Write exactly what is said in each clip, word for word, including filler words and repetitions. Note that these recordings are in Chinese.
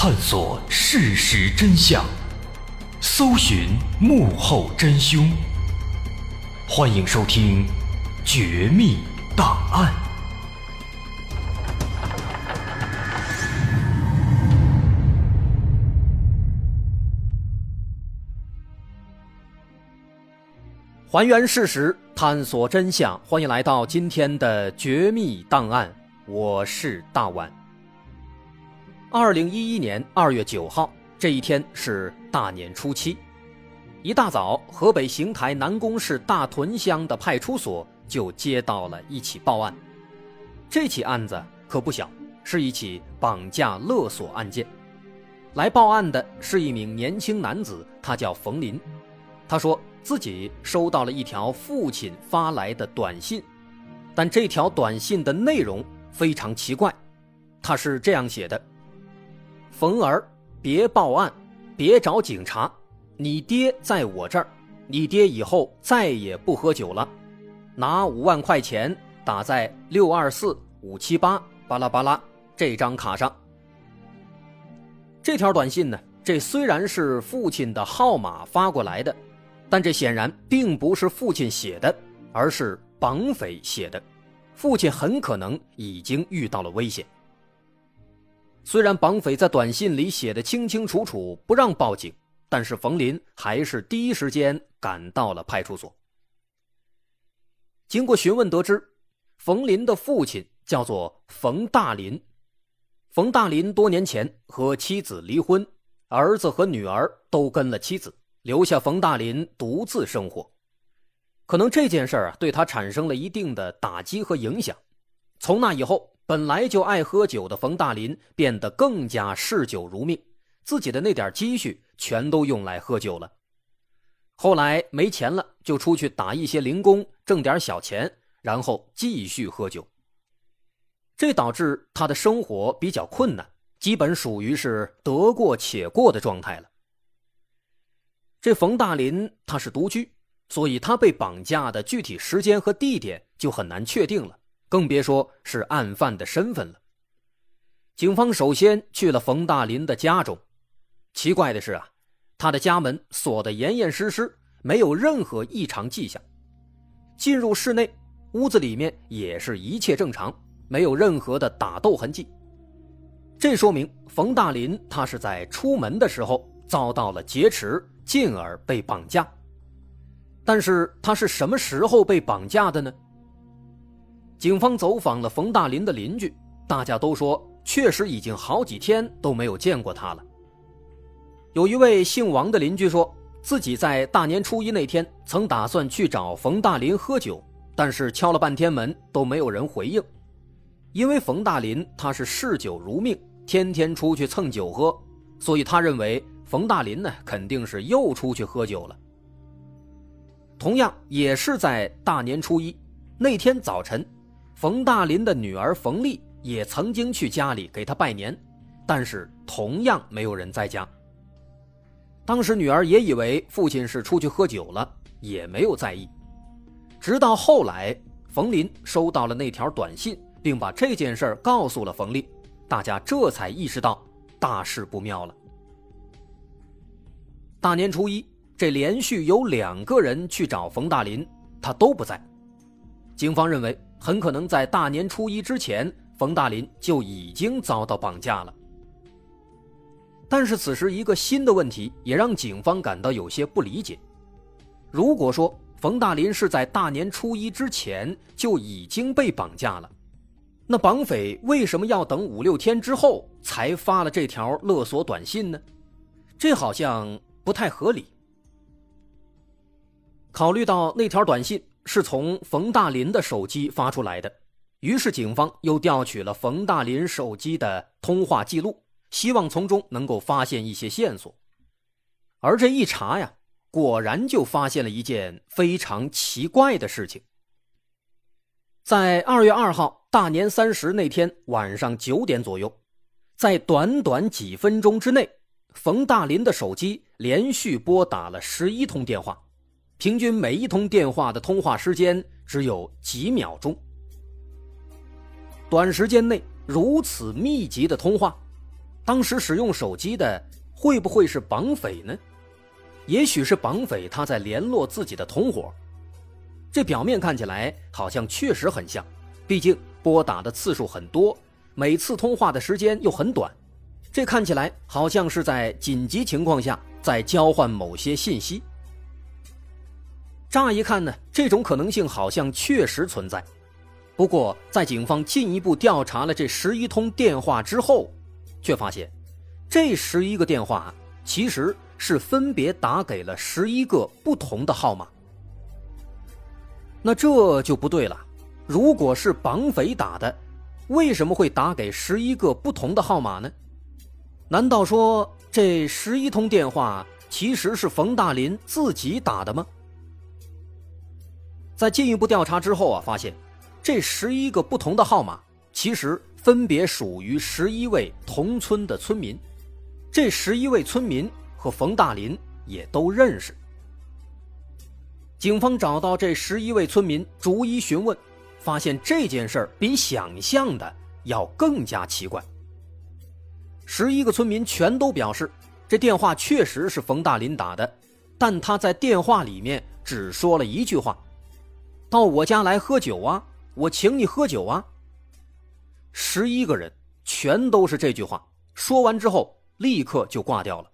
探索事实真相，搜寻幕后真凶。欢迎收听《绝密档案》。 还原事实，探索真相，欢迎来到今天的《绝密档案》，我是大碗。二零一一年二月九号，这一天是大年初七。一大早，河北邢台南宫市大屯乡的派出所就接到了一起报案。这起案子可不小，是一起绑架勒索案件。来报案的是一名年轻男子，他叫冯林。他说自己收到了一条父亲发来的短信，但这条短信的内容非常奇怪。他是这样写的：冯儿，别报案，别找警察，你爹在我这儿，你爹以后再也不喝酒了，拿五万块钱打在六二四五七八巴拉巴拉这张卡上。这条短信呢，这虽然是父亲的号码发过来的，但这显然并不是父亲写的，而是绑匪写的。父亲很可能已经遇到了危险。虽然绑匪在短信里写的清清楚楚，不让报警，但是冯林还是第一时间赶到了派出所。经过询问得知，冯林的父亲叫做冯大林。冯大林多年前和妻子离婚，儿子和女儿都跟了妻子，留下冯大林独自生活。可能这件事儿啊，对他产生了一定的打击和影响。从那以后，本来就爱喝酒的冯大林变得更加嗜酒如命，自己的那点积蓄全都用来喝酒了。后来没钱了，就出去打一些零工，挣点小钱，然后继续喝酒。这导致他的生活比较困难，基本属于是得过且过的状态了。这冯大林他是独居，所以他被绑架的具体时间和地点就很难确定了，更别说是案犯的身份了。警方首先去了冯大林的家中，奇怪的是啊，他的家门锁得严严实实，没有任何异常迹象。进入室内，屋子里面也是一切正常，没有任何的打斗痕迹。这说明冯大林他是在出门的时候遭到了劫持，进而被绑架。但是他是什么时候被绑架的呢？警方走访了冯大林的邻居，大家都说确实已经好几天都没有见过他了。有一位姓王的邻居说，自己在大年初一那天曾打算去找冯大林喝酒，但是敲了半天门都没有人回应。因为冯大林他是嗜酒如命，天天出去蹭酒喝，所以他认为冯大林呢肯定是又出去喝酒了。同样也是在大年初一那天早晨，冯大林的女儿冯丽也曾经去家里给他拜年，但是同样没有人在家。当时女儿也以为父亲是出去喝酒了，也没有在意。直到后来冯林收到了那条短信，并把这件事告诉了冯丽，大家这才意识到大事不妙了。大年初一，这连续有两个人去找冯大林，他都不在。警方认为很可能在大年初一之前，冯大林就已经遭到绑架了。但是此时一个新的问题也让警方感到有些不理解。如果说冯大林是在大年初一之前就已经被绑架了，那绑匪为什么要等五六天之后才发了这条勒索短信呢？这好像不太合理。考虑到那条短信是从冯大林的手机发出来的，于是警方又调取了冯大林手机的通话记录，希望从中能够发现一些线索。而这一查呀，果然就发现了一件非常奇怪的事情。在二月二号大年三十那天晚上九点左右，在短短几分钟之内，冯大林的手机连续拨打了十一通电话，平均每一通电话的通话时间只有几秒钟。短时间内如此密集的通话， 当时使用手机的会不会是绑匪呢？也许是绑匪他在联络自己的同伙。这表面看起来好像确实很像，毕竟拨打的次数很多，每次通话的时间又很短，这看起来好像是在紧急情况下在交换某些信息。乍一看呢，这种可能性好像确实存在。不过在警方进一步调查了这十一通电话之后，却发现这十一个电话其实是分别打给了十一个不同的号码。那这就不对了，如果是绑匪打的，为什么会打给十一个不同的号码呢？难道说这十一通电话其实是冯大林自己打的吗？在进一步调查之后啊，发现这十一个不同的号码其实分别属于十一位同村的村民，这十一位村民和冯大林也都认识。警方找到这十一位村民，逐一询问，发现这件事儿比想象的要更加奇怪。十一个村民全都表示，这电话确实是冯大林打的，但他在电话里面只说了一句话：到我家来喝酒啊，我请你喝酒啊。十一个人全都是这句话，说完之后立刻就挂掉了。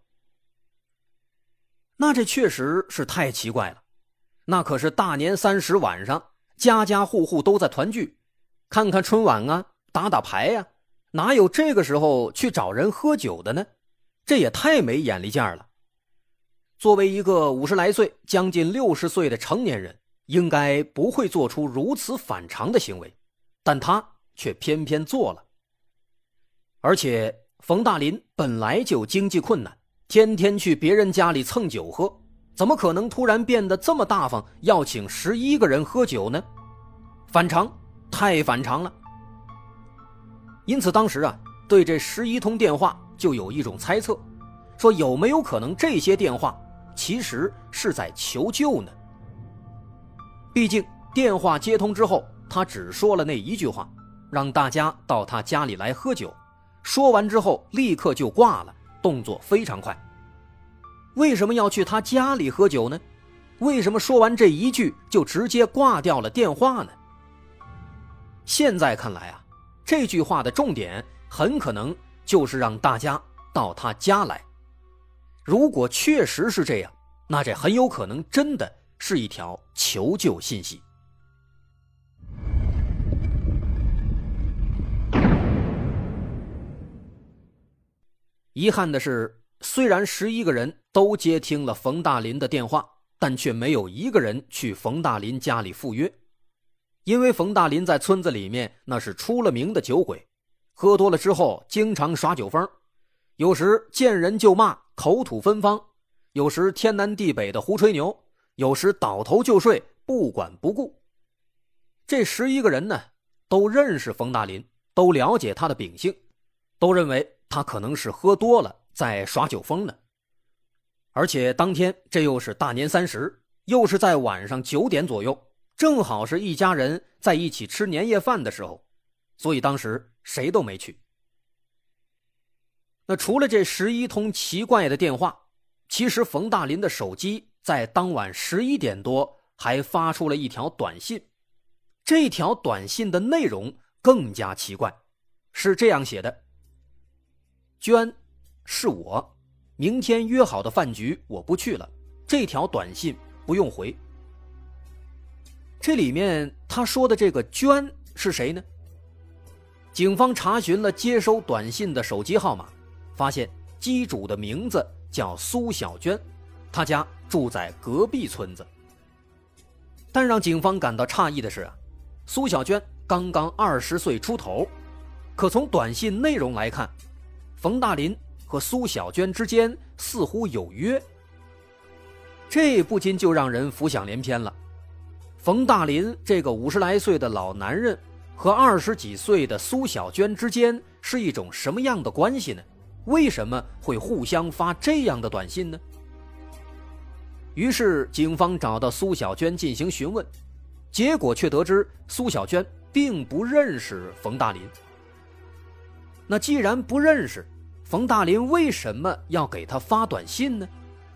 那这确实是太奇怪了，那可是大年三十晚上，家家户户都在团聚，看看春晚啊，打打牌呀、啊，哪有这个时候去找人喝酒的呢？这也太没眼力见了。作为一个五十来岁将近六十岁的成年人，应该不会做出如此反常的行为，但他却偏偏做了。而且冯大林本来就经济困难，天天去别人家里蹭酒喝，怎么可能突然变得这么大方，要请十一个人喝酒呢？反常，太反常了。因此当时啊，对这十一通电话就有一种猜测，说有没有可能这些电话其实是在求救呢？毕竟电话接通之后，他只说了那一句话，让大家到他家里来喝酒，说完之后立刻就挂了，动作非常快。为什么要去他家里喝酒呢？为什么说完这一句就直接挂掉了电话呢？现在看来啊，这句话的重点很可能就是让大家到他家来。如果确实是这样，那这很有可能真的是一条求救信息。遗憾的是，虽然十一个人都接听了冯大林的电话，但却没有一个人去冯大林家里赴约。因为冯大林在村子里面那是出了名的酒鬼，喝多了之后经常耍酒疯，有时见人就骂，口吐芬芳，有时天南地北的胡吹牛，有时倒头就睡，不管不顾。这十一个人呢，都认识冯大林，都了解他的秉性，都认为他可能是喝多了在耍酒疯呢。而且当天这又是大年三十，又是在晚上九点左右，正好是一家人在一起吃年夜饭的时候，所以当时谁都没去。那除了这十一通奇怪的电话，其实冯大林的手机在当晚十一点多还发出了一条短信。这条短信的内容更加奇怪，是这样写的：娟，是我，明天约好的饭局我不去了，这条短信不用回。这里面他说的这个娟是谁呢？警方查询了接收短信的手机号码，发现机主的名字叫苏小娟，她家住在隔壁村子。但让警方感到诧异的是啊，苏小娟刚刚二十岁出头，可从短信内容来看，冯大林和苏小娟之间似乎有约。这不禁就让人浮想联翩了。冯大林这个五十来岁的老男人和二十几岁的苏小娟之间是一种什么样的关系呢？为什么会互相发这样的短信呢？于是警方找到苏小娟进行询问，结果却得知苏小娟并不认识冯大林。那既然不认识， 冯大林为什么要给他发短信呢？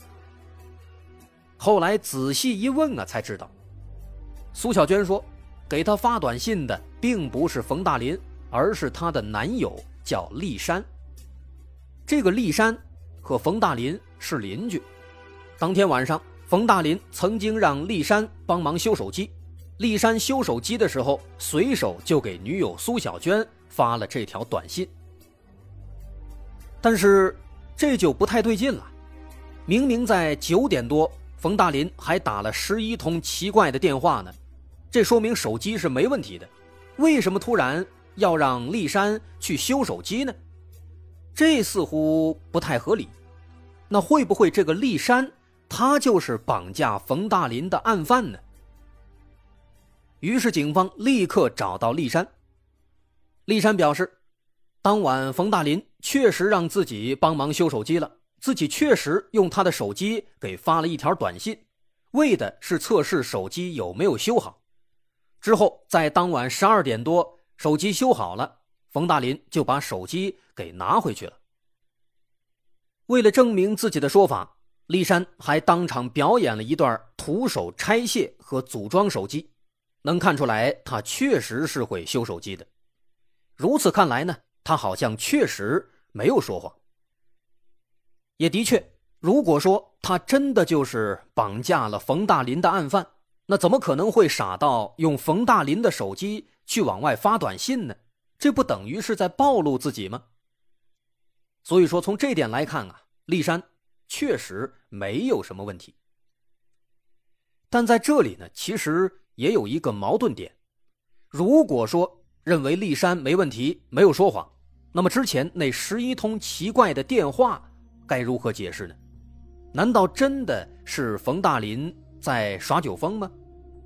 后来仔细一问啊，才知道苏小娟说给他发短信的并不是冯大林，而是她的男友叫丽珊。这个丽珊和冯大林是邻居，当天晚上冯大林曾经让丽珊帮忙修手机，丽珊修手机的时候随手就给女友苏小娟发了这条短信。但是这就不太对劲了，明明在九点多冯大林还打了十一通奇怪的电话呢，这说明手机是没问题的，为什么突然要让丽珊去修手机呢？这似乎不太合理。那会不会这个丽珊她就是绑架冯大林的案犯呢？于是警方立刻找到丽珊。丽珊表示，当晚冯大林确实让自己帮忙修手机了，自己确实用他的手机给发了一条短信，为的是测试手机有没有修好。之后在当晚十二点多手机修好了，冯大林就把手机给拿回去了。为了证明自己的说法，丽珊还当场表演了一段徒手拆卸和组装手机，能看出来他确实是会修手机的。如此看来呢，他好像确实没有说谎。也的确，如果说他真的就是绑架了冯大林的案犯，那怎么可能会傻到用冯大林的手机去往外发短信呢？这不等于是在暴露自己吗？所以说从这点来看啊，丽珊确实没有什么问题。但在这里呢，其实也有一个矛盾点。如果说认为丽珊没问题，没有说谎，那么之前那十一通奇怪的电话该如何解释呢？难道真的是冯大林在耍酒疯吗？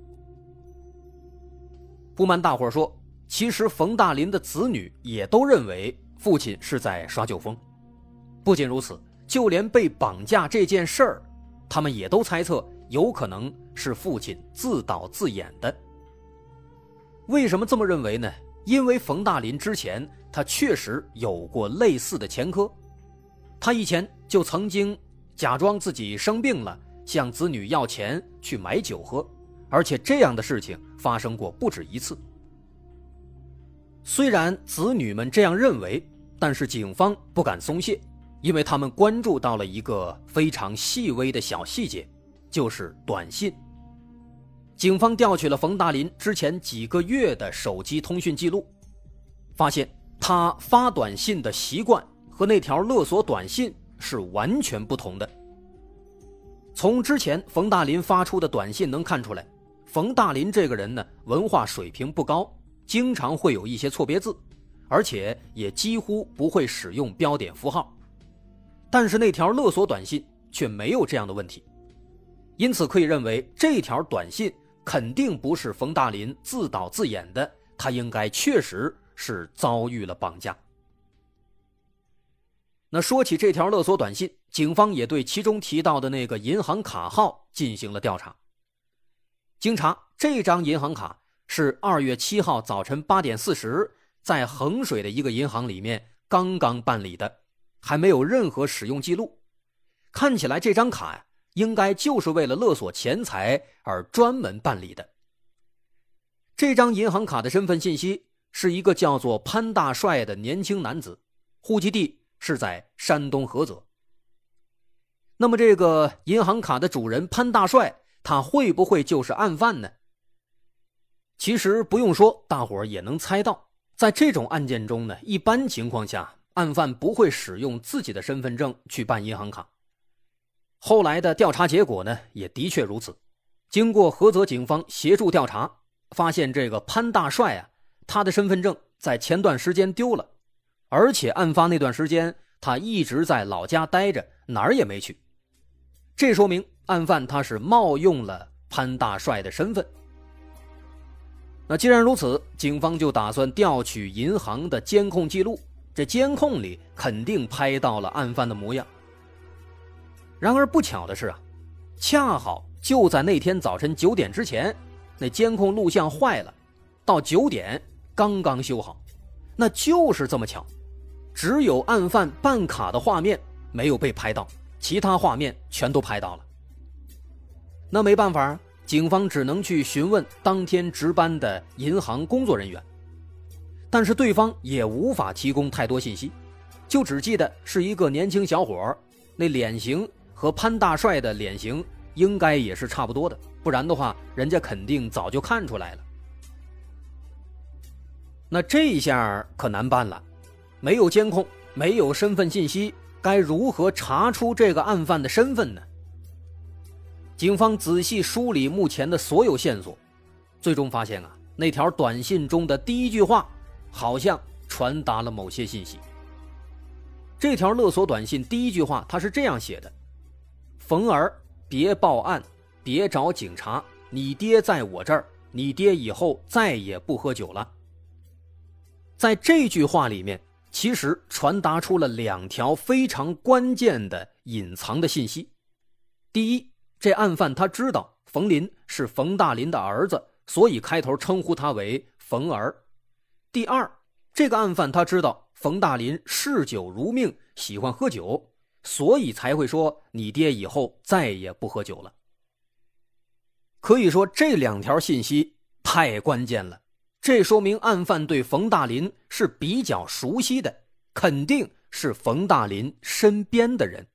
不瞒大伙说，其实冯大林的子女也都认为父亲是在耍酒疯。不仅如此，就连被绑架这件事儿，他们也都猜测有可能是父亲自导自演的。为什么这么认为呢？因为冯大林之前他确实有过类似的前科，他以前就曾经假装自己生病了，向子女要钱去买酒喝，而且这样的事情发生过不止一次。虽然子女们这样认为，但是警方不敢松懈，因为他们关注到了一个非常细微的小细节，就是短信。警方调取了冯大林之前几个月的手机通讯记录，发现他发短信的习惯和那条勒索短信是完全不同的。从之前冯大林发出的短信能看出来，冯大林这个人呢，文化水平不高，经常会有一些错别字，而且也几乎不会使用标点符号。但是那条勒索短信却没有这样的问题，因此可以认为这条短信肯定不是冯大林自导自演的，他应该确实是遭遇了绑架。那说起这条勒索短信，警方也对其中提到的那个银行卡号进行了调查。经查，这张银行卡是二月七号早晨八点四十在衡水的一个银行里面刚刚办理的，还没有任何使用记录。看起来这张卡呀，应该就是为了勒索钱财而专门办理的。这张银行卡的身份信息是一个叫做潘大帅的年轻男子，户籍地是在山东菏泽。那么这个银行卡的主人潘大帅，他会不会就是案犯呢？其实不用说，大伙儿也能猜到，在这种案件中呢，一般情况下案犯不会使用自己的身份证去办银行卡。后来的调查结果呢，也的确如此。经过菏泽警方协助调查，发现这个潘大帅啊，他的身份证在前段时间丢了，而且案发那段时间他一直在老家待着，哪儿也没去。这说明案犯他是冒用了潘大帅的身份。那既然如此，警方就打算调取银行的监控记录，这监控里肯定拍到了案犯的模样。然而不巧的是啊，恰好就在那天早晨九点之前，那监控录像坏了，到九点刚刚修好。那就是这么巧， 只有案犯办卡的画面没有被拍到，其他画面全都拍到了。那没办法，警方只能去询问当天值班的银行工作人员，但是对方也无法提供太多信息，就只记得是一个年轻小伙，那脸型和潘大帅的脸型应该也是差不多的，不然的话人家肯定早就看出来了。那这一下可难办了，没有监控，没有身份信息，该如何查出这个案犯的身份呢？警方仔细梳理目前的所有线索，最终发现啊，那条短信中的第一句话好像传达了某些信息。这条勒索短信第一句话他是这样写的：冯儿，别报案，别找警察，你爹在我这儿，你爹以后再也不喝酒了。在这句话里面其实传达出了两条非常关键的隐藏的信息。第一，这案犯他知道冯林是冯大林的儿子，所以开头称呼他为冯儿。第二，这个案犯他知道冯大林嗜酒如命，喜欢喝酒，所以才会说你爹以后再也不喝酒了。可以说这两条信息太关键了，这说明案犯对冯大林是比较熟悉的，肯定是冯大林身边的人。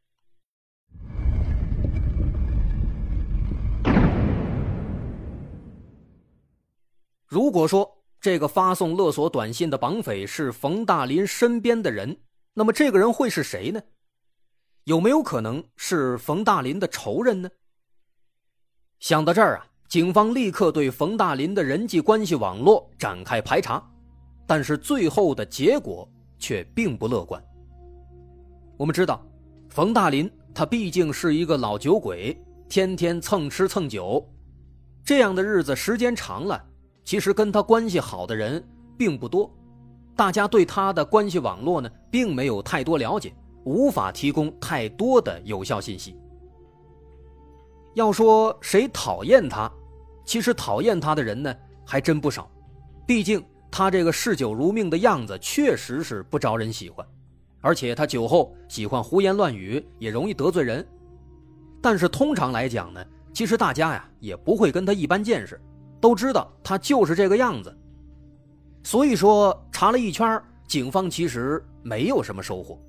如果说这个发送勒索短信的绑匪是冯大林身边的人，那么这个人会是谁呢？有没有可能是冯大林的仇人呢？想到这儿啊，警方立刻对冯大林的人际关系网络展开排查，但是最后的结果却并不乐观。我们知道，冯大林他毕竟是一个老酒鬼，天天蹭吃蹭酒，这样的日子时间长了，其实跟他关系好的人并不多，大家对他的关系网络呢，并没有太多了解，无法提供太多的有效信息。要说谁讨厌他，其实讨厌他的人呢还真不少，毕竟他这个嗜酒如命的样子确实是不招人喜欢，而且他酒后喜欢胡言乱语，也容易得罪人。但是通常来讲呢，其实大家呀也不会跟他一般见识，都知道他就是这个样子。所以说查了一圈，警方其实没有什么收获。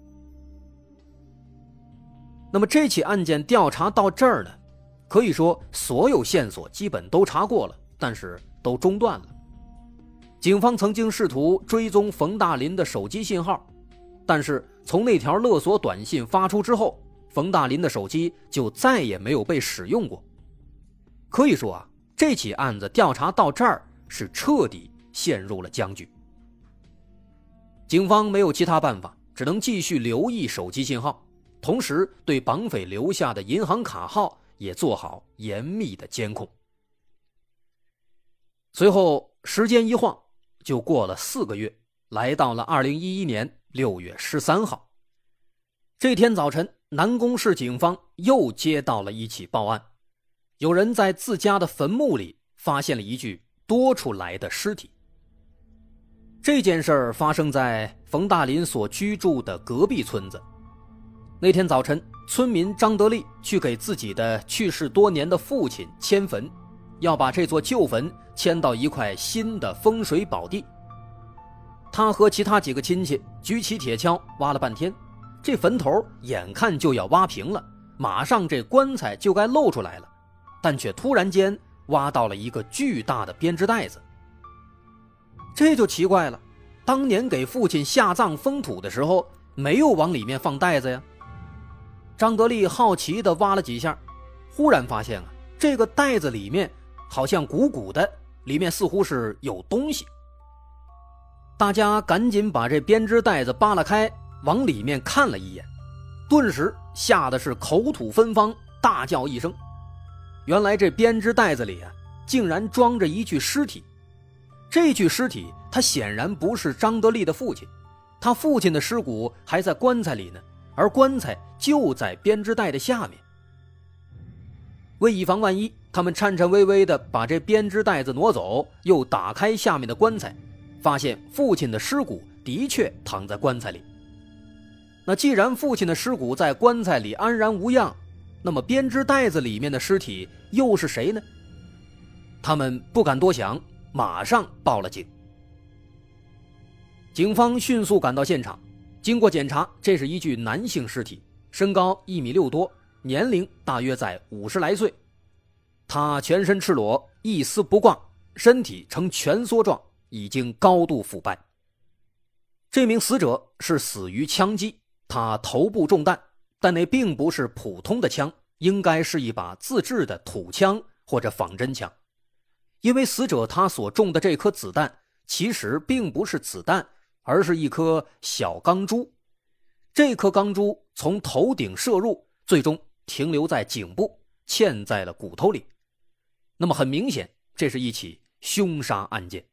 那么这起案件调查到这儿呢，可以说所有线索基本都查过了，但是都中断了。警方曾经试图追踪冯大林的手机信号，但是从那条勒索短信发出之后，冯大林的手机就再也没有被使用过。可以说啊，这起案子调查到这儿是彻底陷入了僵局。警方没有其他办法，只能继续留意手机信号，同时对绑匪留下的银行卡号也做好严密的监控。随后时间一晃就过了四个月，来到了二零一一年六月十三号。这天早晨，南宫市警方又接到了一起报案，有人在自家的坟墓里发现了一具多出来的尸体。这件事儿发生在冯大林所居住的隔壁村子。那天早晨，村民张德利去给自己的去世多年的父亲迁坟，要把这座旧坟迁到一块新的风水宝地。他和其他几个亲戚举起铁锹挖了半天，这坟头眼看就要挖平了，马上这棺材就该露出来了，但却突然间挖到了一个巨大的编织袋子。这就奇怪了，当年给父亲下葬封土的时候没有往里面放袋子呀。张德利好奇地挖了几下，忽然发现啊，这个袋子里面好像鼓鼓的，里面似乎是有东西。大家赶紧把这编织袋子扒拉开，往里面看了一眼，顿时吓得是口吐芬芳，大叫一声。原来这编织袋子里啊，竟然装着一具尸体。这具尸体他显然不是张德利的父亲，他父亲的尸骨还在棺材里呢，而棺材就在编织袋的下面。为以防万一，他们颤颤巍巍地把这编织袋子挪走，又打开下面的棺材，发现父亲的尸骨的确躺在棺材里。那既然父亲的尸骨在棺材里安然无恙，那么编织袋子里面的尸体又是谁呢？他们不敢多想，马上报了警。警方迅速赶到现场，经过检查，这是一具男性尸体，身高一米六多，年龄大约在五十来岁。他全身赤裸，一丝不挂，身体呈蜷缩状，已经高度腐败。这名死者是死于枪击，他头部中弹，但那并不是普通的枪，应该是一把自制的土枪或者仿真枪。因为死者他所中的这颗子弹其实并不是子弹，而是一颗小钢珠。这颗钢珠从头顶射入，最终停留在颈部，嵌在了骨头里。那么很明显，这是一起凶杀案件。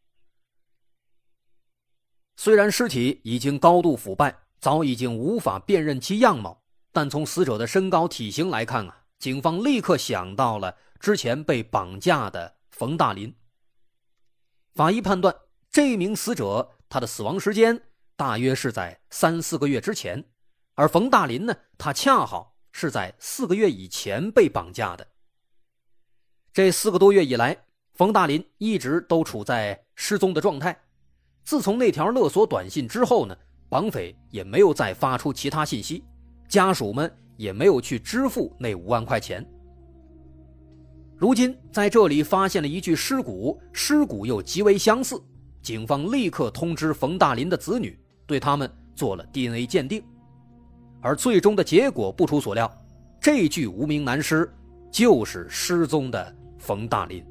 虽然尸体已经高度腐败，早已经无法辨认其样貌，但从死者的身高体型来看啊，警方立刻想到了之前被绑架的冯大林。法医判断，这名死者他的死亡时间大约是在三四个月之前，而冯大林呢，他恰好是在四个月以前被绑架的。这四个多月以来，冯大林一直都处在失踪的状态。自从那条勒索短信之后呢，绑匪也没有再发出其他信息，家属们也没有去支付那五万块钱。如今在这里发现了一具尸骨，尸骨又极为相似，警方立刻通知冯大林的子女，对他们做了 D N A 鉴定。而最终的结果不出所料，这具无名男尸就是失踪的冯大林。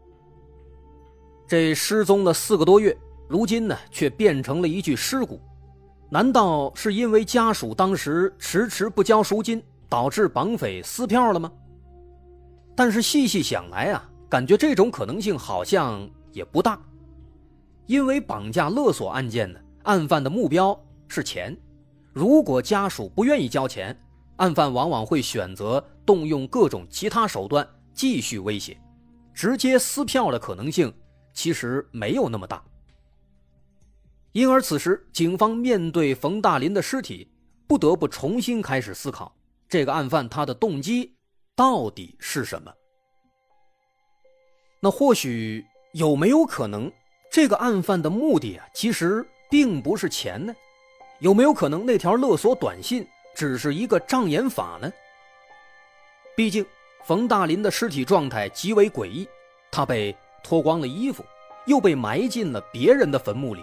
这失踪了四个多月，如今呢却变成了一具尸骨。难道是因为家属当时迟迟不交赎金，导致绑匪撕票了吗？但是细细想来啊，感觉这种可能性好像也不大。因为绑架勒索案件呢，案犯的目标是钱，如果家属不愿意交钱，案犯往往会选择动用各种其他手段继续威胁，直接撕票的可能性其实没有那么大。因而此时警方面对冯大林的尸体，不得不重新开始思考这个案犯他的动机到底是什么。那或许有没有可能这个案犯的目的啊，其实并不是钱呢？有没有可能那条勒索短信只是一个障眼法呢？毕竟冯大林的尸体状态极为诡异，他被脱光了衣服，又被埋进了别人的坟墓里。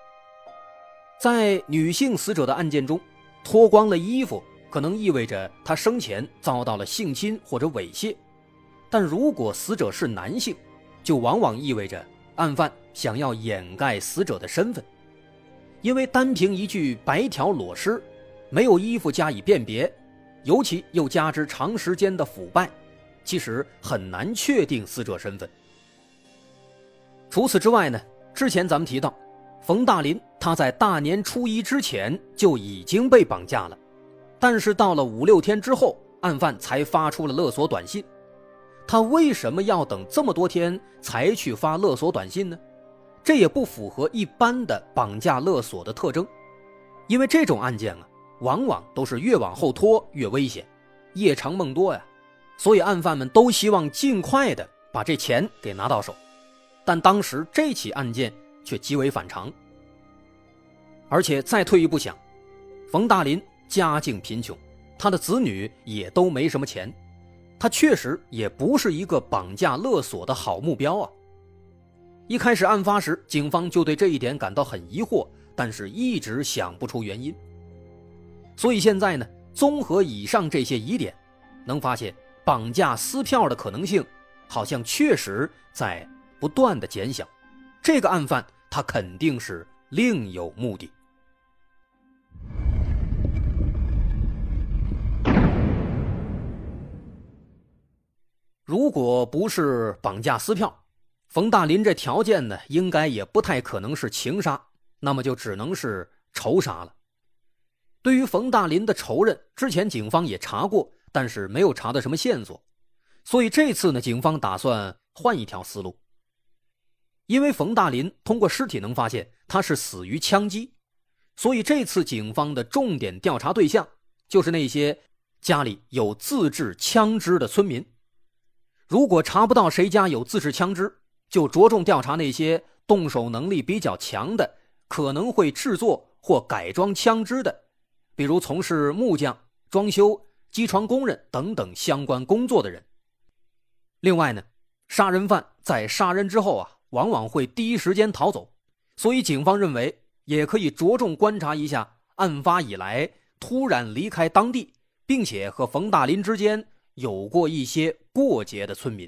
在女性死者的案件中，脱光了衣服可能意味着他生前遭到了性侵或者猥亵，但如果死者是男性，就往往意味着案犯想要掩盖死者的身份。因为单凭一具白条裸尸，没有衣服加以辨别，尤其又加之长时间的腐败，其实很难确定死者身份。除此之外呢，之前咱们提到冯大林他在大年初一之前就已经被绑架了，但是到了五六天之后，案犯才发出了勒索短信。他为什么要等这么多天才去发勒索短信呢？这也不符合一般的绑架勒索的特征。因为这种案件啊，往往都是越往后拖越危险，夜长梦多呀，所以案犯们都希望尽快的把这钱给拿到手。但当时这起案件却极为反常。而且再退一步想，冯大林家境贫穷，他的子女也都没什么钱，他确实也不是一个绑架勒索的好目标啊。一开始案发时，警方就对这一点感到很疑惑，但是一直想不出原因。所以现在呢，综合以上这些疑点，能发现绑架撕票的可能性好像确实在不断的减小。这个案犯他肯定是另有目的。如果不是绑架撕票，冯大林这条件呢，应该也不太可能是情杀，那么就只能是仇杀了。对于冯大林的仇人，之前警方也查过，但是没有查到什么线索，所以这次呢，警方打算换一条思路。因为冯大林通过尸体能发现他是死于枪击， 所以这次警方的重点调查对象就是那些家里有自制枪支的村民。如果查不到谁家有自制枪支，就着重调查那些动手能力比较强的，可能会制作或改装枪支的，比如从事木匠、装修、机床工人等等相关工作的人。另外呢，杀人犯在杀人之后啊，往往会第一时间逃走，所以警方认为也可以着重观察一下案发以来突然离开当地，并且和冯大林之间有过一些过节的村民。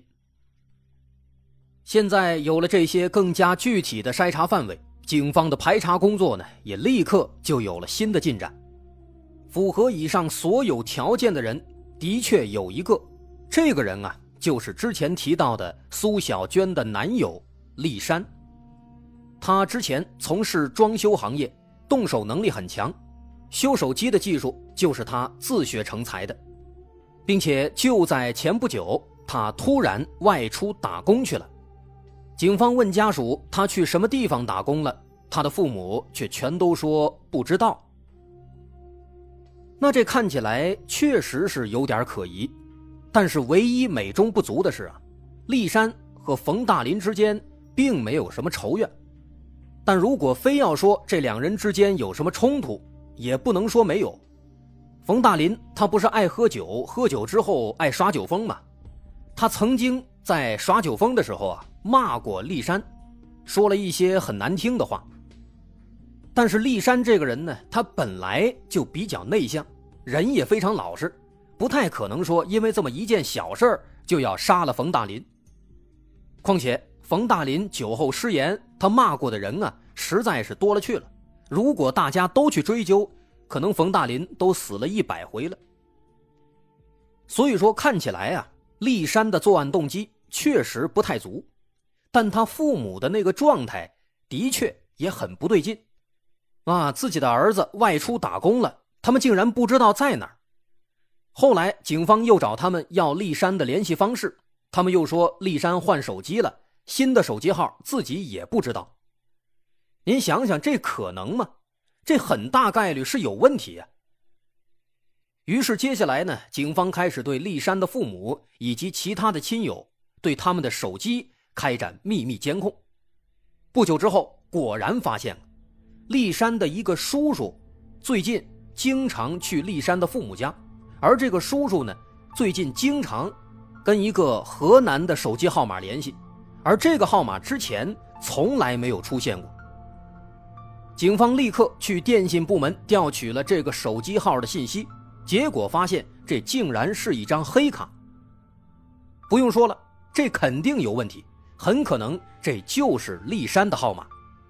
现在有了这些更加具体的筛查范围，警方的排查工作呢，也立刻就有了新的进展。符合以上所有条件的人的确有一个，这个人啊，就是之前提到的苏小娟的男友厉山。他之前从事装修行业，动手能力很强，修手机的技术就是他自学成才的，并且就在前不久，他突然外出打工去了。警方问家属他去什么地方打工了，他的父母却全都说不知道。那这看起来确实是有点可疑，但是唯一美中不足的是啊，厉山和冯大林之间并没有什么仇怨，但如果非要说这两人之间有什么冲突，也不能说没有。冯大林他不是爱喝酒，喝酒之后爱耍酒疯吗？他曾经在耍酒疯的时候啊，骂过厉山，说了一些很难听的话。但是厉山这个人呢，他本来就比较内向，人也非常老实，不太可能说因为这么一件小事就要杀了冯大林。况且冯大林酒后失言，他骂过的人啊，实在是多了去了，如果大家都去追究，可能冯大林都死了一百回了。所以说看起来啊，厉山的作案动机确实不太足，但他父母的那个状态的确也很不对劲啊！自己的儿子外出打工了，他们竟然不知道在哪儿。后来警方又找他们要厉山的联系方式，他们又说厉山换手机了，新的手机号自己也不知道。您想想，这可能吗？这很大概率是有问题啊。于是接下来呢，警方开始对厉山的父母以及其他的亲友，对他们的手机开展秘密监控。不久之后，果然发现了厉山的一个叔叔最近经常去厉山的父母家，而这个叔叔呢，最近经常跟一个河南的手机号码联系，而这个号码之前从来没有出现过。警方立刻去电信部门调取了这个手机号的信息，结果发现这竟然是一张黑卡。不用说了，这肯定有问题，很可能这就是厉山的号码。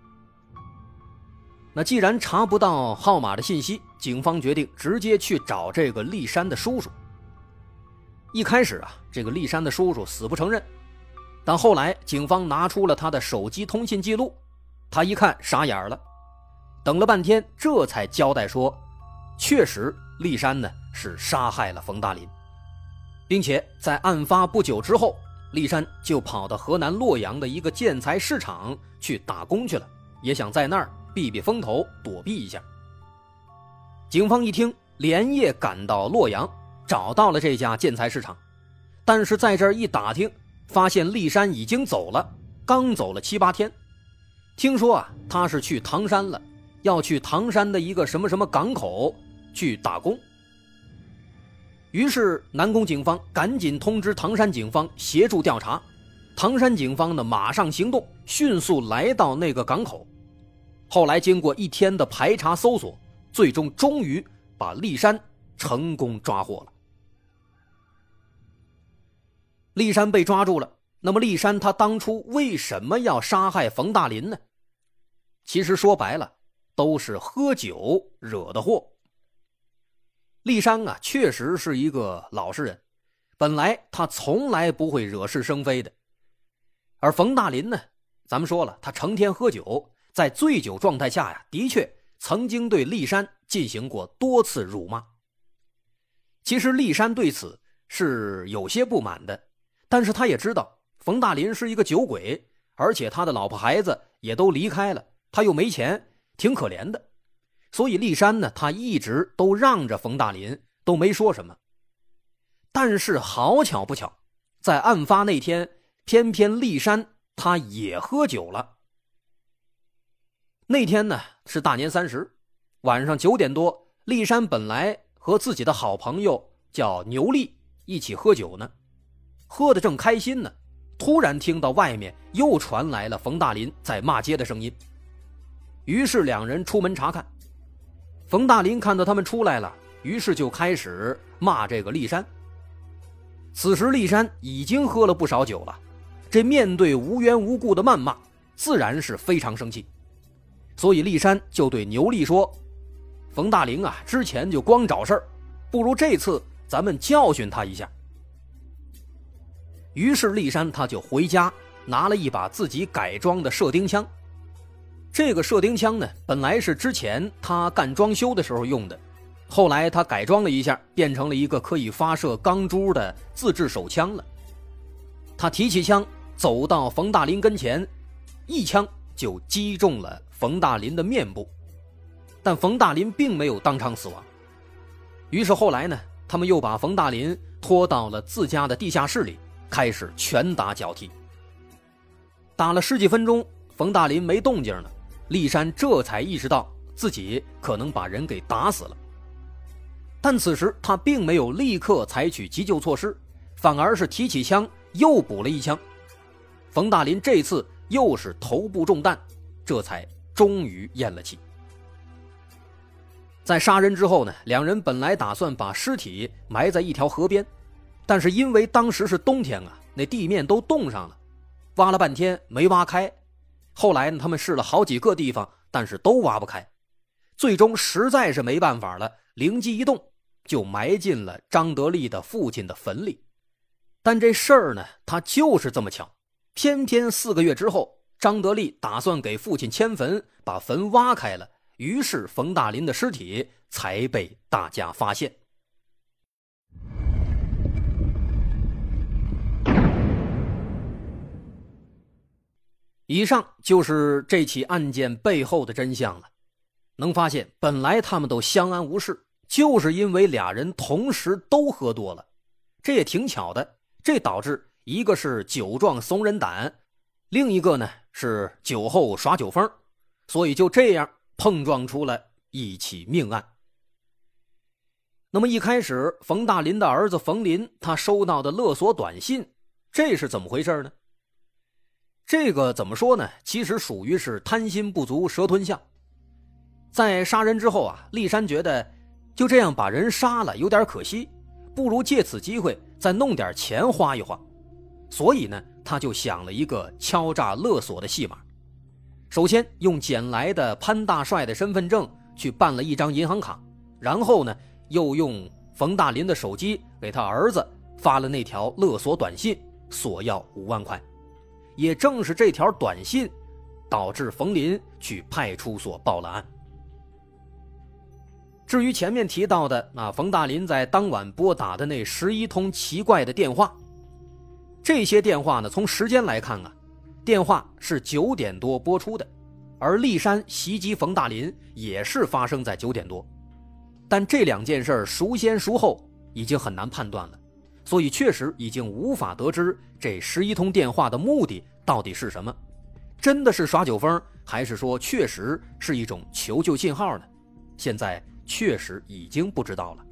那既然查不到号码的信息，警方决定直接去找这个厉山的叔叔。一开始啊，这个厉山的叔叔死不承认，但后来警方拿出了他的手机通信记录，他一看傻眼了，等了半天这才交代说，确实厉山呢是杀害了冯大林，并且在案发不久之后，厉山就跑到河南洛阳的一个建材市场去打工去了，也想在那儿避避风头，躲避一下。警方一听，连夜赶到洛阳，找到了这家建材市场，但是在这儿一打听，发现厉山已经走了，刚走了七八天。听说啊，他是去唐山了，要去唐山的一个什么什么港口去打工。于是南宫警方赶紧通知唐山警方协助调查，唐山警方呢马上行动，迅速来到那个港口。后来经过一天的排查搜索，最终终于把厉山成功抓获了。厉山被抓住了，那么厉山他当初为什么要杀害冯大林呢？其实说白了，都是喝酒惹的祸。厉山啊，确实是一个老实人，本来他从来不会惹是生非的。而冯大林呢，咱们说了，他成天喝酒，在醉酒状态下呀，的确曾经对厉山进行过多次辱骂。其实厉山对此是有些不满的，但是他也知道冯大林是一个酒鬼，而且他的老婆孩子也都离开了，他又没钱，挺可怜的。 所以骊山呢，他一直都让着冯大林，都没说什么。但是好巧不巧，在案发那天，偏偏骊山他也喝酒了。那天呢是大年三十，晚上九点多，骊山本来和自己的好朋友叫牛力一起喝酒呢，喝得正开心呢，突然听到外面又传来了冯大林在骂街的声音。于是两人出门查看，冯大林看到他们出来了，于是就开始骂这个骊山。此时骊山已经喝了不少酒了，这面对无缘无故的谩骂，自然是非常生气。所以骊山就对牛力说，冯大林啊，之前就光找事儿，不如这次咱们教训他一下。于是骊山他就回家拿了一把自己改装的射钉枪。这个射钉枪呢，本来是之前他干装修的时候用的，后来他改装了一下，变成了一个可以发射钢珠的自制手枪了。他提起枪走到冯大林跟前，一枪就击中了冯大林的面部，但冯大林并没有当场死亡。于是后来呢，他们又把冯大林拖到了自家的地下室里，开始拳打脚踢。打了十几分钟，冯大林没动静了，骊山这才意识到自己可能把人给打死了。但此时他并没有立刻采取急救措施，反而是提起枪又补了一枪。冯大林这次又是头部中弹，这才终于咽了气。在杀人之后呢，两人本来打算把尸体埋在一条河边，但是因为当时是冬天啊，那地面都冻上了，挖了半天没挖开。后来呢，他们试了好几个地方，但是都挖不开，最终实在是没办法了，灵机一动，就埋进了张德利的父亲的坟里。但这事儿呢，他就是这么巧，偏偏四个月之后，张德利打算给父亲迁坟，把坟挖开了，于是冯大林的尸体才被大家发现。以上就是这起案件背后的真相了。能发现本来他们都相安无事，就是因为俩人同时都喝多了，这也挺巧的。这导致一个是酒壮怂人胆，另一个呢是酒后耍酒疯，所以就这样碰撞出了一起命案。那么一开始冯大林的儿子冯林他收到的勒索短信，这是怎么回事呢？这个怎么说呢，其实属于是贪心不足蛇吞象。在杀人之后啊，骊山觉得就这样把人杀了有点可惜，不如借此机会再弄点钱花一花。所以呢，他就想了一个敲诈勒索的戏码。首先用捡来的潘大帅的身份证去办了一张银行卡，然后呢又用冯大林的手机给他儿子发了那条勒索短信，索要五万块。也正是这条短信导致冯林去派出所报了案。至于前面提到的啊，冯大林在当晚拨打的那十一通奇怪的电话，这些电话呢，从时间来看啊，电话是九点多播出的，而骊山袭击冯大林也是发生在九点多，但这两件事孰先孰后已经很难判断了，所以确实已经无法得知这十一通电话的目的到底是什么，真的是耍酒疯，还是说确实是一种求救信号呢？现在确实已经不知道了。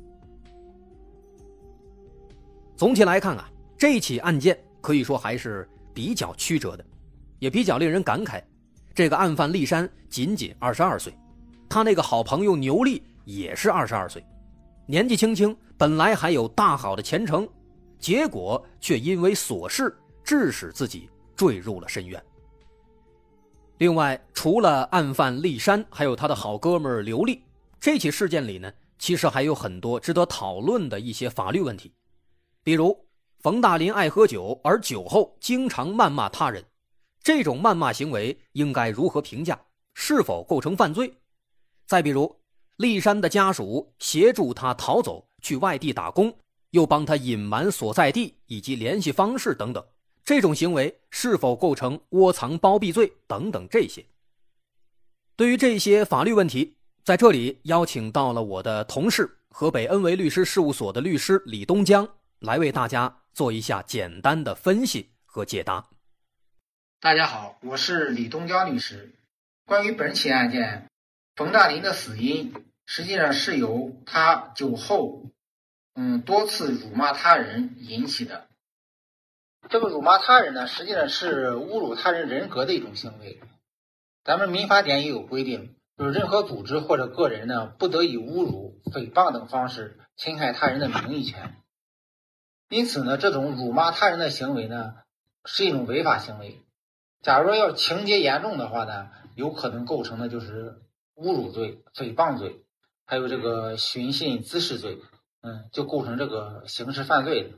总体来看啊，这起案件可以说还是比较曲折的，也比较令人感慨。这个案犯骊山仅仅二十二岁，他那个好朋友牛力也是二十二岁，年纪轻轻，本来还有大好的前程，结果却因为琐事致使自己坠入了深渊。另外，除了案犯骊山，还有他的好哥们刘力，这起事件里呢，其实还有很多值得讨论的一些法律问题。比如冯大林爱喝酒，而酒后经常谩骂他人，这种谩骂行为应该如何评价，是否构成犯罪？再比如骊山的家属协助他逃走去外地打工，又帮他隐瞒所在地以及联系方式等等，这种行为是否构成窝藏包庇罪等等这些。对于这些法律问题， 在这里邀请到了我的同事，河北恩维律师事务所的律师李东江，来为大家做一下简单的分析和解答。 大家好，我是李东江律师。关于本起案件，冯大林的死因实际上是由他酒后嗯多次辱骂他人引起的。这个辱骂他人呢，实际上是侮辱他人人格的一种行为。咱们民法典也有规定，就是任何组织或者个人呢，不得以侮辱、诽谤等方式侵害他人的名誉权。因此呢，这种辱骂他人的行为呢，是一种违法行为。假如说要情节严重的话呢，有可能构成的就是侮辱罪、诽谤罪，还有这个寻衅滋事罪，嗯，就构成这个刑事犯罪了。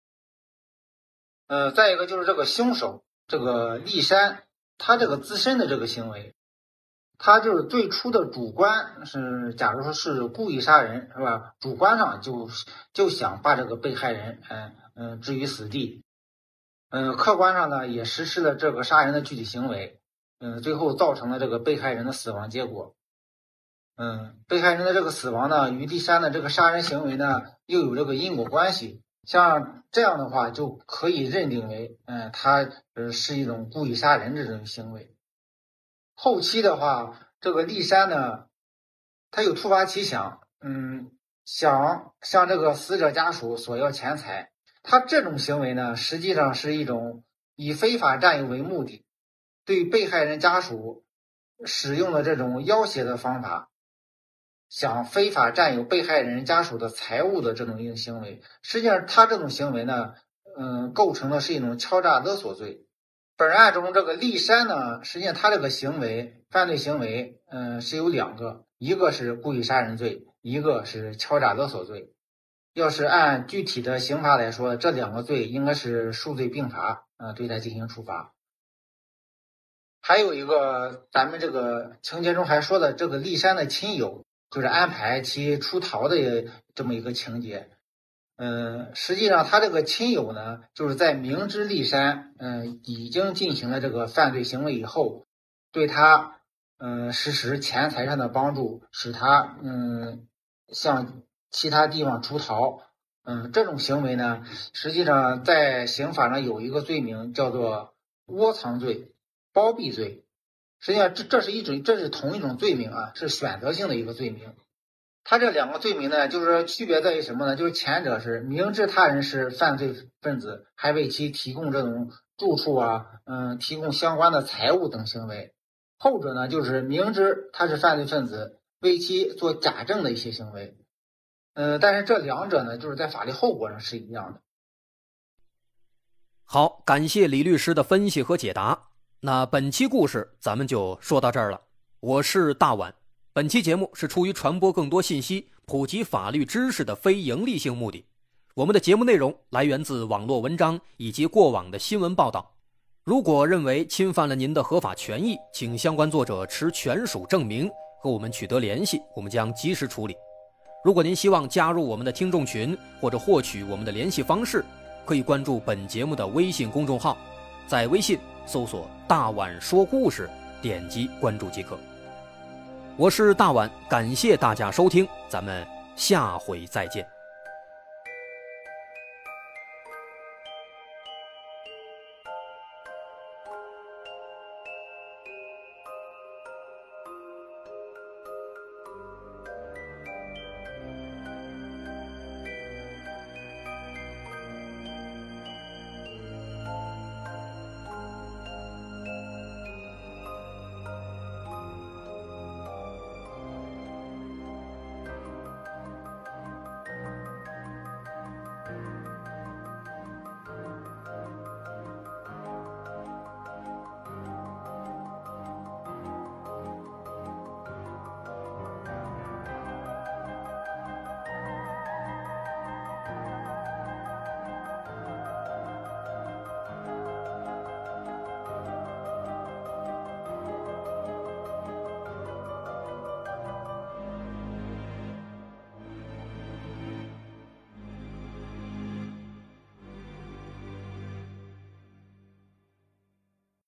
呃，再一个就是这个凶手这个骊山，他这个自身的这个行为，他就是最初的主观是，假如说是故意杀人，是吧？主观上就就想把这个被害人，嗯嗯，置于死地，嗯，客观上呢也实施了这个杀人的具体行为，嗯，最后造成了这个被害人的死亡结果。嗯，被害人的这个死亡呢，与骊山的这个杀人行为呢，又有这个因果关系。像这样的话，就可以认定为，嗯，他呃是一种故意杀人这种行为。后期的话，这个骊山呢，他有突发奇想，嗯，想向这个死者家属索要钱财。他这种行为呢，实际上是一种以非法占有为目的，对被害人家属使用了这种要挟的方法，想非法占有被害人家属的财物的这种一种行为。实际上他这种行为呢，嗯，构成的是一种敲诈勒索罪。本案中这个骊山呢，实际上他这个行为犯罪行为，嗯，是有两个，一个是故意杀人罪，一个是敲诈勒索罪。要是按具体的刑罚来说，这两个罪应该是数罪并罚，呃，对他进行处罚。还有一个，咱们这个情节中还说的这个骊山的亲友，就是安排其出逃的这么一个情节。嗯，实际上他这个亲友呢，就是在明知骊山嗯已经进行了这个犯罪行为以后，对他嗯实施钱财上的帮助，使他嗯向其他地方出逃。嗯，这种行为呢，实际上在刑法上有一个罪名叫做窝藏罪、包庇罪。实际上这这是一种这是同一种罪名啊，是选择性的一个罪名。他这两个罪名呢，就是区别在于什么呢？就是前者是明知他人是犯罪分子，还为其提供这种住处啊，嗯，提供相关的财物等行为；后者呢，就是明知他是犯罪分子，为其做假证的一些行为。嗯，但是这两者呢，就是在法律后果上是一样的。 好，感谢李律师的分析和解答。那本期故事咱们就说到这儿了。我是大碗。本期节目是出于传播更多信息、普及法律知识的非盈利性目的。我们的节目内容来源自网络文章以及过往的新闻报道。如果认为侵犯了您的合法权益，请相关作者持权属证明和我们取得联系，我们将及时处理。如果您希望加入我们的听众群或者获取我们的联系方式，可以关注本节目的微信公众号，在微信搜索大碗说故事，点击关注即可。我是大碗，感谢大家收听，咱们下回再见。